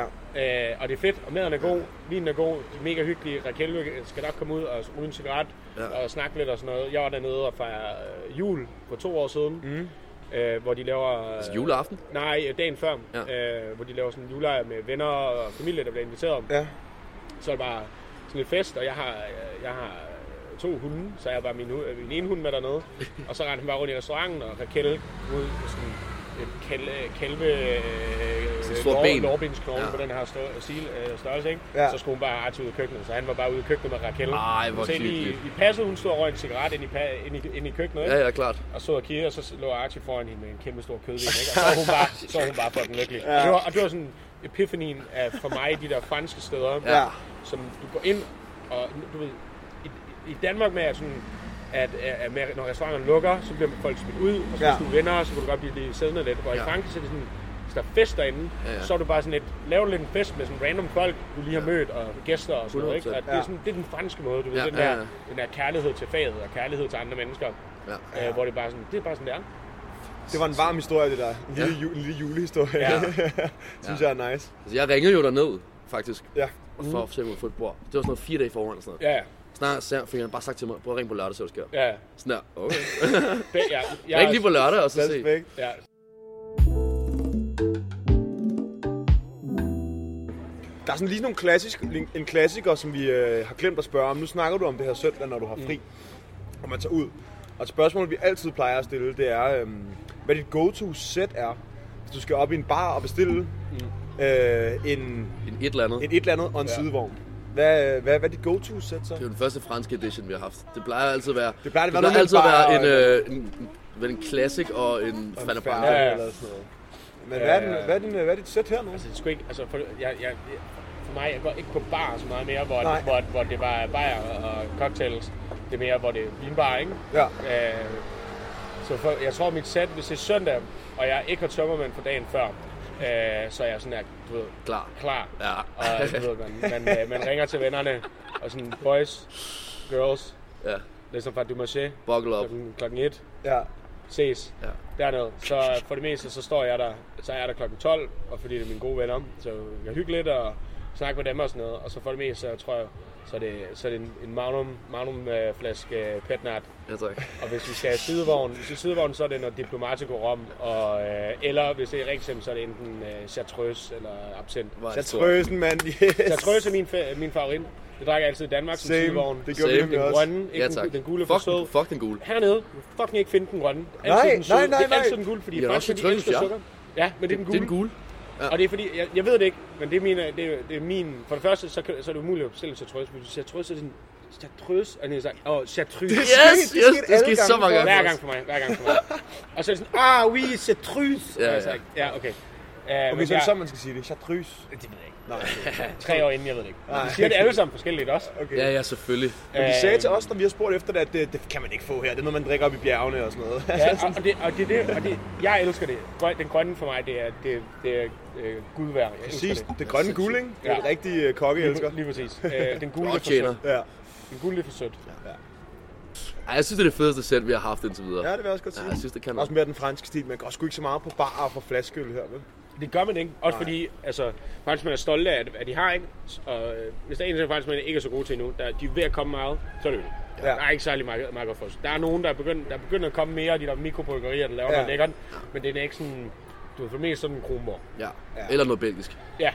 Ja. Og det er fedt, og maden er god, vinen er god, de er mega hyggelige. Raquel skal nok komme ud og ryge en cigaret og snakke lidt og sådan noget. Jeg var dernede og fejre jul for 2 år siden. Hvor de laver... Altså juleaften? Nej, dagen før. Hvor de laver sådan en julelejr med venner og familie, der bliver inviteret. Ja. Så er det bare sådan lidt fest, og jeg har 2 hunde, så jeg var min ene hund med dernede. Og så rendte han bare rundt i restauranten, og Raquel ud med sådan et lårbensknogle på den her størrelse, ikke? Ja. Så skulle hun bare Archie ud i køkkenet, så han var bare ude i køkkenet med Raquel. Ej, hvor hyggeligt. I passet, hun stod og røg en cigaret ind i køkkenet, ikke? Ja, klart. Og så og kiggede, og så lå Archie foran hende med en kæmpe stor kødvin, ikke? Og så var hun bare fucking lykkelig. Ja. Og det var sådan epiphanien for mig, de der franske steder, som du går ind, og du ved, i Danmark med når restauranterne lukker, så bliver folk smidt ud, og så hvis du er venner, så kan du godt blive siddende lidt. Og i Frankrig så er det sådan, hvis der er fest derinde, så er du bare sådan laver du lidt en fest med sådan random folk, du lige har mødt, og gæster og sådan noget, ikke? Og det er den franske måde, du ved, den der kærlighed til faget, og kærlighed til andre mennesker, hvor det er bare sådan, det er. Det var en varm historie, det der. En lille julehistorie. Ja. Synes jeg er nice. Altså, jeg ringede jo derned, faktisk. Ja. For at få et bord. Det var sådan noget 4 dage forhånd. Sådan noget. Ja. Snart fik han bare sagt til mig, prøv at ringe på lørdag, så det sker. Ja. Sådan der, okay. Ring lige på lørdag, og så se. Ja. Der er sådan lige en klassiker, som vi har glemt at spørge om. Nu snakker du om det her søndag, når du har fri, og man tager ud. Og et spørgsmål, vi altid plejer at stille, det er, hvad dit go-to-set er, hvis du skal op i en bar og bestille en et eller andet og en sidevogn. Hvad er dit go-to-set så? Det er jo den første franske edition, vi har haft. Det plejer altid at være, en classic og en fanabranche. Ja, eller sådan noget. Men hvad er dit set her nu? Altså, det skulle ikke, altså for mig, jeg går ikke på bar så meget mere, hvor det bare er bajer og cocktails. Det er mere, hvor det er vinbar, ikke? Ja. Så jeg tror, mit set, hvis det er søndag, og jeg ikke har tømmermænd for dagen før, så er jeg sådan her, du ved, klar. Ja. Og du ved, man ringer til vennerne, og sådan, boys, girls, ligesom fra du marché, klokken 1, ses, dernede. Så for det meste, så står jeg der, så er jeg der klokken 12, og fordi det er mine gode venner, så jeg hygger lidt og snakker med dem og sådan noget, og så for det meste, så tror jeg, så er det en Magnum flaske Petnat. Ja, tak. Og hvis vi skal have sidevogn, så er det noget Diplomatico rom, eller hvis det er rigtig så er det enten Chartreuse eller Absint. Chartreusen, mand, yes! Chartreuse er min favorit. Det drikker jeg altid i Danmark som sidevogn. Det gør vi den grønne, ikke den gule for sød. Fuck den gule. Hernede, fucking ikke finde den grønne. Nej. Det er altid den gule, fordi franskmænd de elsker sukker. Ja, men det er den gule. Det er den gule. Ja. Og det er fordi, jeg ved det ikke, men det er min, for det første, så er det umuligt at sælge Chartreuse, fordi Chartreuse er sådan chartreuse, og så chartreuse. Yes, det skete så mange gange. Hver gang for mig. Og så er det sådan, oui, chartreuse. Ja, okay. Okay, så er det sådan, man skal sige det. Chartreuse. Det ved jeg ikke. Nej. 3 år inden, jeg ved det ikke. De siger det alle sammen forskelligt også. Okay. Ja, selvfølgelig. Men de sagde til os, når vi har spurgt efter det, at det kan man ikke få her. Det er noget, man drikker op i bjergene og sådan noget. Ja, og det, jeg elsker det. Den grønne for mig, det er guld værd. Præcis. Det grønne guld, ikke? Det er en rigtig kokke, jeg elsker. Lige præcis. Den gule er for sødt. Ja. Den gule er for sødt. Ja. Ej, jeg synes, det er det fedeste sæt, vi har haft indtil videre. Ja, det vil jeg også godt sige. Jeg synes, det kan også mere den franske stil. Man går sgu ikke så meget på bar og på flaskeøl her, vel? Det gør man ikke. Også fordi, altså, faktisk man er stolte af, at de har, ikke? Og hvis der er en ting, faktisk man ikke er så gode til endnu, de er ved at komme meget, så er det jo. Ja. Der er ikke særlig meget godt for os. Der er nogen, der begynder at komme mere af de der mikrobryggerier, der laver noget lækkert, men det er ikke sådan, du ved, for mest sådan en Kronborg. Ja. Eller noget belgisk. Ja.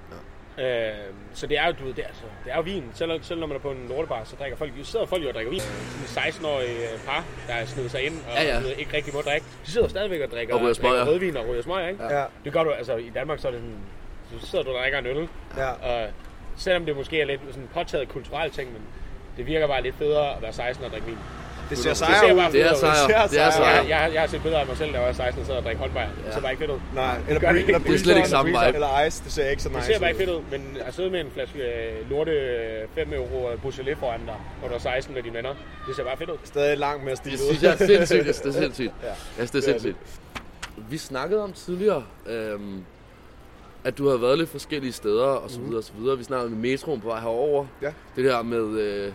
Så det er jo, du ved, det er jo vin. Selv når man er på en lortebar, så sidder folk jo og drikker vin. Sådan 16-årige par, der er snedet sig ind og ikke rigtig må drikke. De sidder stadigvæk og drikker rødvin og ryger smøger, ikke? Ja. Det gør du, altså i Danmark, så er det sådan, så sidder du og drikker en øl. Ja. Og selvom det måske er lidt sådan påtaget kulturelt ting, men det virker bare lidt federe at være 16 og drikke vin. Det ser sejr ud. Det er sejr. Jeg har set billeder af mig selv, da jeg var 16 og sad og drikke håndbajer. Det ser bare ikke fedt ud. Nej, det er slet ikke samme vibe. Eller ice, det ser ikke så nice ud. Det ser bare ikke fedt ud, men at sidde med en flaske lorte 5 euro Beaujolais foran dig, når du er 16 med dine venner, det ser bare fedt ud. Stadig langt mere stil ud. Det synes jeg er sindssygt. Det er sindssygt. Vi snakkede om tidligere, at du har været lidt forskellige steder og så videre og så videre. Vi snakkede med metroen på vej herover. Ja. Det der med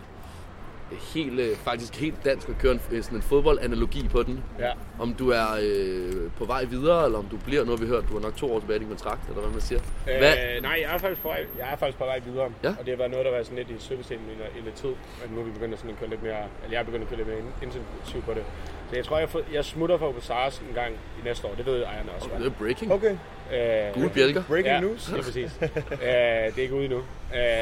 faktisk helt dansk at køre sådan en fodboldanalogi på den. Ja. Om du er på vej videre, eller om du bliver, nu har vi hørt, du har nok 2 år tilbage i din kontrakt, eller hvad man siger. Nej, jeg er faktisk på vej videre. Ja? Og det har været noget, der var sådan lidt i servicescenen i lidt tid. Og nu er vi begyndt at køre lidt mere, eller jeg er begyndt at køre lidt mere intensivt på det. Så jeg tror, jeg smutter for Bosars en gang i næste år. Det ved ejerne også. Det er breaking. Okay. Gule bjælker. Breaking news. Ja, præcis. Det er ikke ude endnu.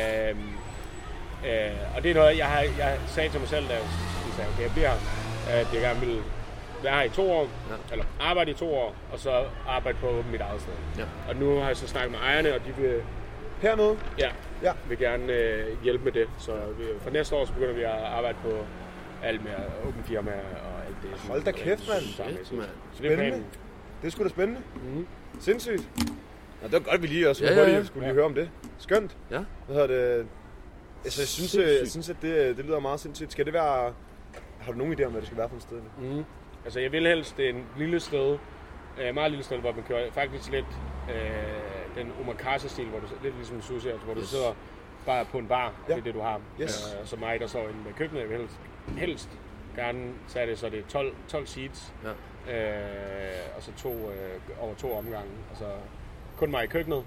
Og det er noget, jeg sagde til mig selv, da jeg sagde, okay, jeg bliver her, at jeg gerne vil være her i 2 år, eller arbejde i 2 år, og så arbejde på mit eget sted. Ja. Og nu har jeg så snakket med ejerne, og de vil... Hernede? Ja. Vil gerne hjælpe med det. Så fra næste år, så begynder vi at arbejde på alt med åbent firma og alt det. Hold da kæft, mand. Så det er planen. Det er sgu da spændende. Sindssygt. Ja, det var godt, vi lige også skulle lige høre om det. Skønt. Ja. Hvad hedder det? Altså, jeg synes, at det lyder meget sindssygt. Skal det være... Har du nogen idé om, hvad det skal være for et sted? Altså, jeg vil helst en lille sted. Meget lille sted, hvor man kører faktisk lidt den omakase-stil, hvor du lidt ligesom sushi, altså, hvor du sidder bare på en bar. Ja. Det er det, du har. Yes. Så mig, der står inde med køkkenet, jeg vil helst gerne sætte det, så det er 12 seats. Ja. Og så over 2 omgange. Altså, kun mig i køkkenet.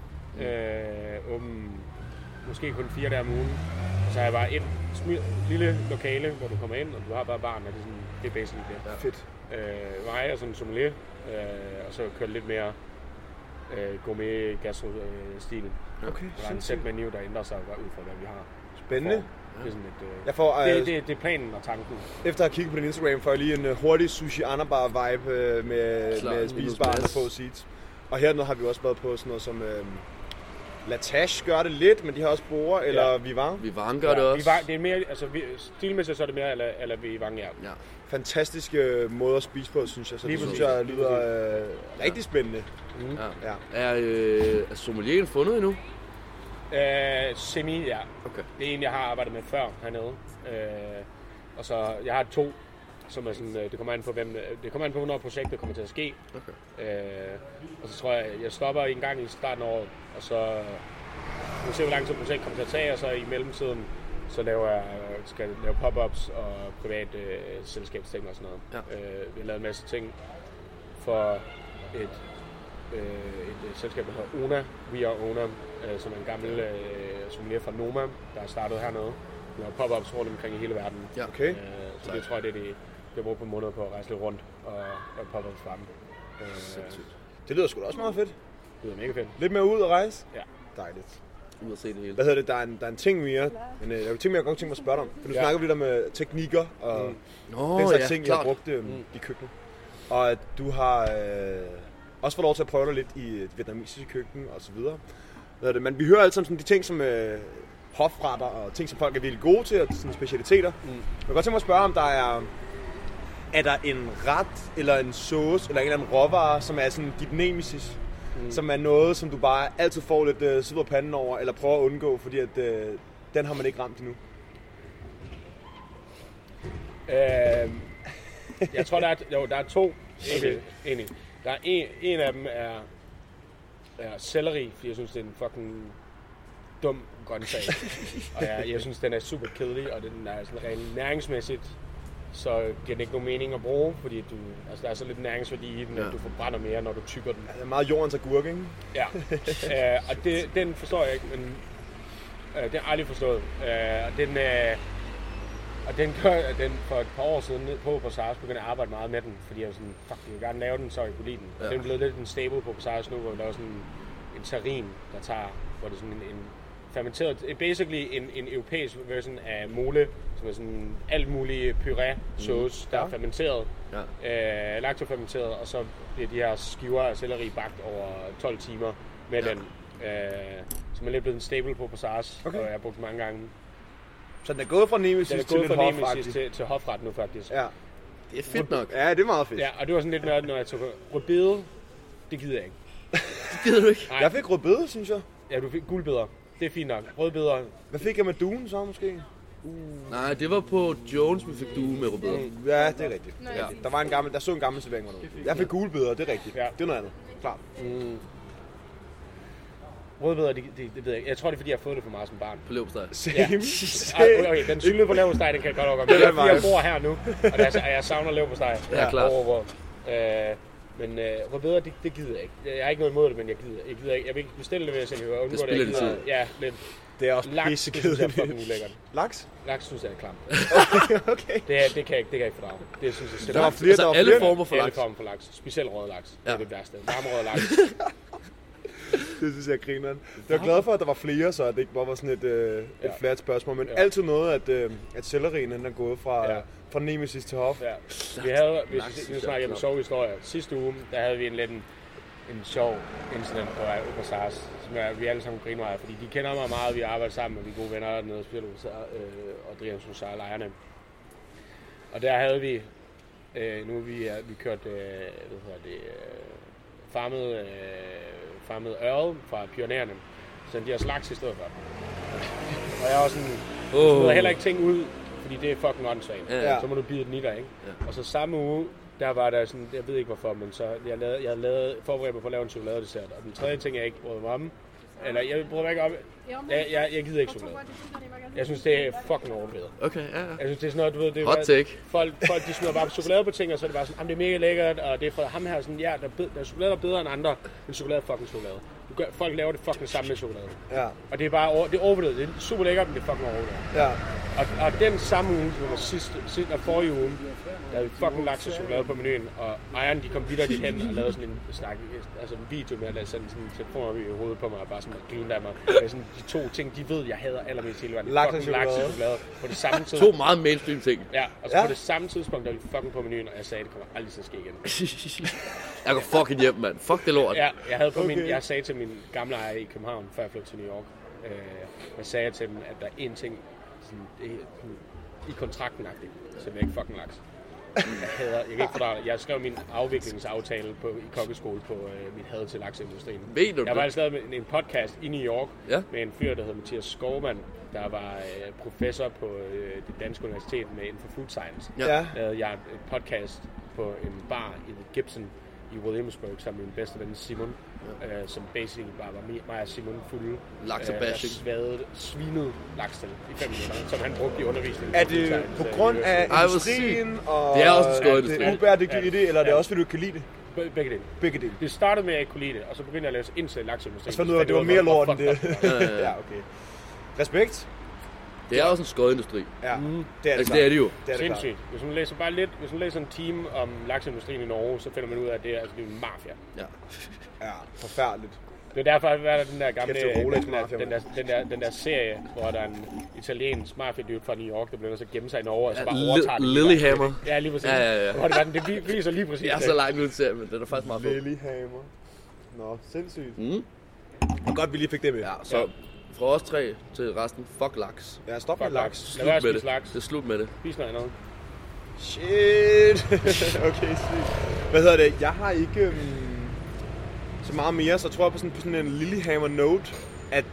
Måske kun 4 dage om ugen. Og så har jeg bare et lille lokale, hvor du kommer ind, og du har bare baren, og det er basically det. Ja. Fedt. Mig og sådan en sommelier, og så kører det lidt mere gourmet gastro-stil. Okay, der er en set menu, der ændrer sig ud fra, hvad vi har. Spændende. Det er planen og tanken. Efter at kigge på din Instagram, får jeg lige en hurtig sushi anabar vibe med spisebaren og få seats. Og hernede har vi også været på sådan noget som... Latache gør det lidt, men de har også borer, eller Vivant. Vivant gør det også. Vivant, det er mere, altså stilmæssigt så er det mere eller Vivant, ja. Fantastiske måde at spise på, synes jeg. Så det synes jeg lyder rigtig spændende. Er sommelieren fundet endnu? Semi, ja. Okay. Det er en, jeg har arbejdet med før hernede. Og så, jeg har 2, som er sådan, det kommer an på, hvornår projektet kommer til at ske. Okay. Og så tror jeg stopper en gang i starten af året, og så vi ser, hvor lang tid projektet kommer til at tage, og så i mellemtiden, så skal jeg lave pop-ups og private selskabsting og sådan noget. Ja. Vi har lavet en masse ting for et selskab, der hedder Ona, We Are Ona, som er en gammel sommelier fra Noma, der er startet hernede. Vi har pop-ups rundt omkring i hele verden. Ja. Okay. Så det tror jeg, det er brugt på en måned på at rejse lidt rundt og pop-ups frem. Det lyder sgu da også meget fedt. Det lyder mega fedt. Lidt mere ud og rejse? Ja. Dejligt. Ud og se det hele. Hvad hedder det? Der er en ting mere, men jeg godt tænke mig at spørge dig om. For nu snakker vi lidt om teknikker og den slags ting, jeg har brugt i køkkenet. Og at du har også fået lov til at prøve dig lidt i et vietnamesisk køkken og så videre. Men vi hører alle sammen sådan de ting, som hofretter og ting, som folk er virkelig gode til, og sådan specialiteter. Jeg kan godt tænke mig at spørge, om der er der en ret, eller en sauce, eller en eller anden råvare, som er sådan dit nemesis, som er noget, som du bare altid får lidt sved på panden over, eller prøver at undgå, fordi at den har man ikke ramt endnu? Jeg tror, der er to. Enig. Der er en af dem er selleri, fordi jeg synes, det er en fucking dum grøntsag. Og jeg synes, den er super kedelig, og den er sådan rent næringsmæssigt, så giver det ikke nogen mening at bruge, fordi der er så lidt næringsværdi i den, at du forbrænder mere, når du tykker den. Det er meget jordens agurk, ikke? Ja, og den forstår jeg ikke, men det har jeg aldrig forstået. Og den for et par år siden på Passage begyndte at arbejde meget med den, fordi jeg var sådan, fuck, jeg vil gerne lave den, så jeg kunne lide den. Ja. Den er blevet lidt en staple på Passage nu, hvor vi laver sådan en terrin, hvor det er sådan en fermenteret, basically en europæisk version af mole, som er sådan alt mulig puré-sauce, der er fermenteret, laktofermenteret, og så bliver de her skiver af selleri bagt over 12 timer med den, som er lidt blevet en staple på Passage, og jeg har brugt den mange gange. Så den er gået fra nemesis til lidt hofret? Til hofret nu, faktisk. Ja. Det er fedt nok. Ja, det er meget fedt. Ja, og det var sådan lidt mere, når jeg tog rødbede, det gider jeg ikke. Det gider du ikke? Nej. Jeg fik rødbede, synes jeg. Ja, du fik guldbeder. Det er fint nok. Rødbeder. Hvad fik jeg med duen så, måske? Nej, det var på Jones, vi fik due med rødbeder. Ja, det er rigtigt. Ja. Der så en gammel servering. Jeg fik guldbeder, det er rigtigt. Ja. Det er noget andet. Klart. Rødbeder, det ved jeg ikke. Jeg tror, det er, fordi jeg har fået det for meget som barn. På leverpostej. Ja. Okay, den syltede på leverpostej, den kan jeg godt nok. Det er fordi, jeg bor her nu, og jeg savner leverpostej. Ja, klart. Men rødbeder, det gider jeg ikke. Jeg har ikke noget imod det, men jeg gider ikke. Jeg vil ikke bestille det, hvis jeg kan undgå det. Det spiller Ja, lidt. Det er også pissekedeligt. Laks, det synes jeg er fucking ulækkert. Laks? Laks synes jeg er klamt. Okay. Det kan jeg ikke fordrage. Det synes jeg selv. Der var flere, alle former for laks. Alle former for laks. Specielt rød laks. Det er det værste. Varmerød laks. Det synes jeg er grineren. Jeg er glad for, at der var flere, så det ikke bare var sådan et flat spørgsmål. Men altid noget, at sellerien er gået fra nemesis til hof. Ja. Vi havde, nu snakker jeg med sjove historier. Sidste uge, der havde vi en sjov incident på Passage, som vi alle sammen griner af, fordi de kender mig meget, vi arbejder sammen, og vi er gode venner dernede og spiller og driver sociale lejrene. Og der havde vi, nu vi kørt, farmet ørred fra pionererne, så de har laks i stedet for. Og jeg var sådan, smider heller ikke ting ud, fordi det er fucking åndssvagt. Så må du bide den i dig, ikke? Ja. Og så samme uge, der var der sådan, jeg ved ikke hvorfor, men så jeg havde forberedt mig på at lave en chokoladedessert. Og den tredje ting, jeg ikke brød mig om, eller jeg brød mig ikke om, jeg gider ikke chokolade. Jeg synes, det er fucking overdrevet. Okay, ja. Jeg synes, det er sådan noget, du ved, det er hot take. Folk de smider bare chokolade på ting, og så er det bare sådan, det er mega lækkert, og det er for ham her sådan, der er chokolade, der er bedre end andre, men chokolade er fucking chokolade. Folk laver det fucking samme med chokolade. Ja. Og det er bare det er overdrevet. Det er super lækkert, men det er fucking overdrevet. Ja. Og den samme uge, som var sidste forrige uge, der havde vi fucking lagt til chokolade på menuen, og ejeren, de kom videre hen og lavede sådan en video med at lade sådan en telefon op i hovedet på mig, og bare sådan grine af mig. Sådan de to ting, de ved, jeg hader allermest hele verden. Laks og chokolade. På det samme tidspunkt. To meget mainstream ting. Ja, og så på det samme tidspunkt, der var vi fucking på menuen, og jeg sagde, det kommer aldrig til at ske igen. Jeg går fucking hjem, mand. Fuck det lort. Ja, jeg sagde til min gamle ejer i København, før jeg flyttede til New York, jeg sagde til dem, at der er én ting sådan, i kontrakten-agtigt, som jeg ikke fucking laks. Jeg kan ikke fordrage det. Jeg skrev min afviklingsaftale i kokkeskole på mit had til lakseindustrien. Ved du jeg var altså lavet en podcast i New York med en fyr, der hedder Mathias Skovmand, der var professor på det danske universitet med inden for food science. Ja. Lavede jeg et podcast på en bar i The Gibson i Williamsburg sammen med min bedste ven Simon, som basically bare var mig og Simon fulde svinet laks i 5 minutter, som han brugte i undervisningen. Er det på grund af industrien, og det er også en skådindustri. Er det ubæredygtigt i det, eller er det også, fordi du kan lide det? Begge dele. Det startede med, at jeg ikke kunne lide det, og så begyndte jeg at læse ind til lakseindustrien. Så fandt du ud af, at det var mere lort end det. Ja, okay. Respekt. Det er også en skådindustri. Ja, det er det. Altså, det er det jo. Sindssygt. Hvis man læser en time om lakseindustrien i Norge, så finder man ud af, at det er en mafia. Ja, forfærdeligt. Det er derfor, at der den der gamle den der serie, hvor der er en italiensk mafia-dude fra New York, der bliver nødt til at gemme sig i Norge, og så bare overtager det. Lilyhammer. Ja, lige præcis. Ja. Det viser lige præcis. Jeg er så langt ud til, men det er faktisk meget fedt. Lilyhammer. Nå, sindssygt. Og godt, vi lige fik det med. Ja, så Fra os 3 til resten, fuck laks. Ja, stop med laks. Lad være spise laks. Det er slut med det. Spis noget andet. Shit. Okay, sygt. Hvad hedder det? Jeg har ikke så meget mere, så tror jeg på sådan en Lillehammer note, at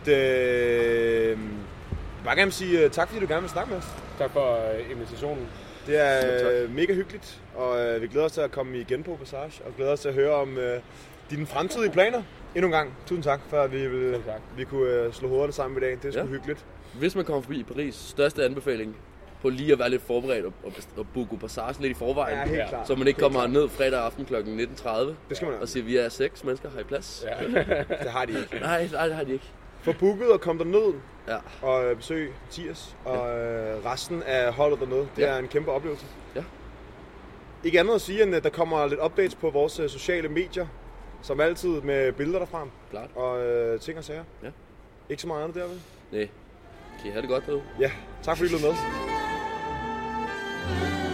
bare gerne sige tak, fordi du gerne vil snakke med os. Tak for invitationen. Det er mega hyggeligt, og vi glæder os til at komme igen på Passage, og glæder os til at høre om dine fremtidige planer. Endnu en gang, tusind tak, for at vi kunne slå hovederne sammen i dag. Det er sgu hyggeligt. Hvis man kommer forbi Paris, største anbefaling på lige at være lidt forberedt og booke Passage lidt i forvejen. Ja, helt klart. Så man ikke kommer ned fredag aften kl. 19.30 det skal man og siger, vi er 6 mennesker, har I plads? Ja. Det har de ikke. Nej, det har de ikke. Få booket og kom derned og besøg Mathias og resten af holdet dernede. Det er en kæmpe oplevelse. Ja. Ikke andet at sige, end at der kommer lidt updates på vores sociale medier, som altid med billeder derfra. Klart. Og ting og sager. Ja. Ikke så meget andet der, vel? Nej. Kan I have det godt derude? Ja, tak fordi I lød med.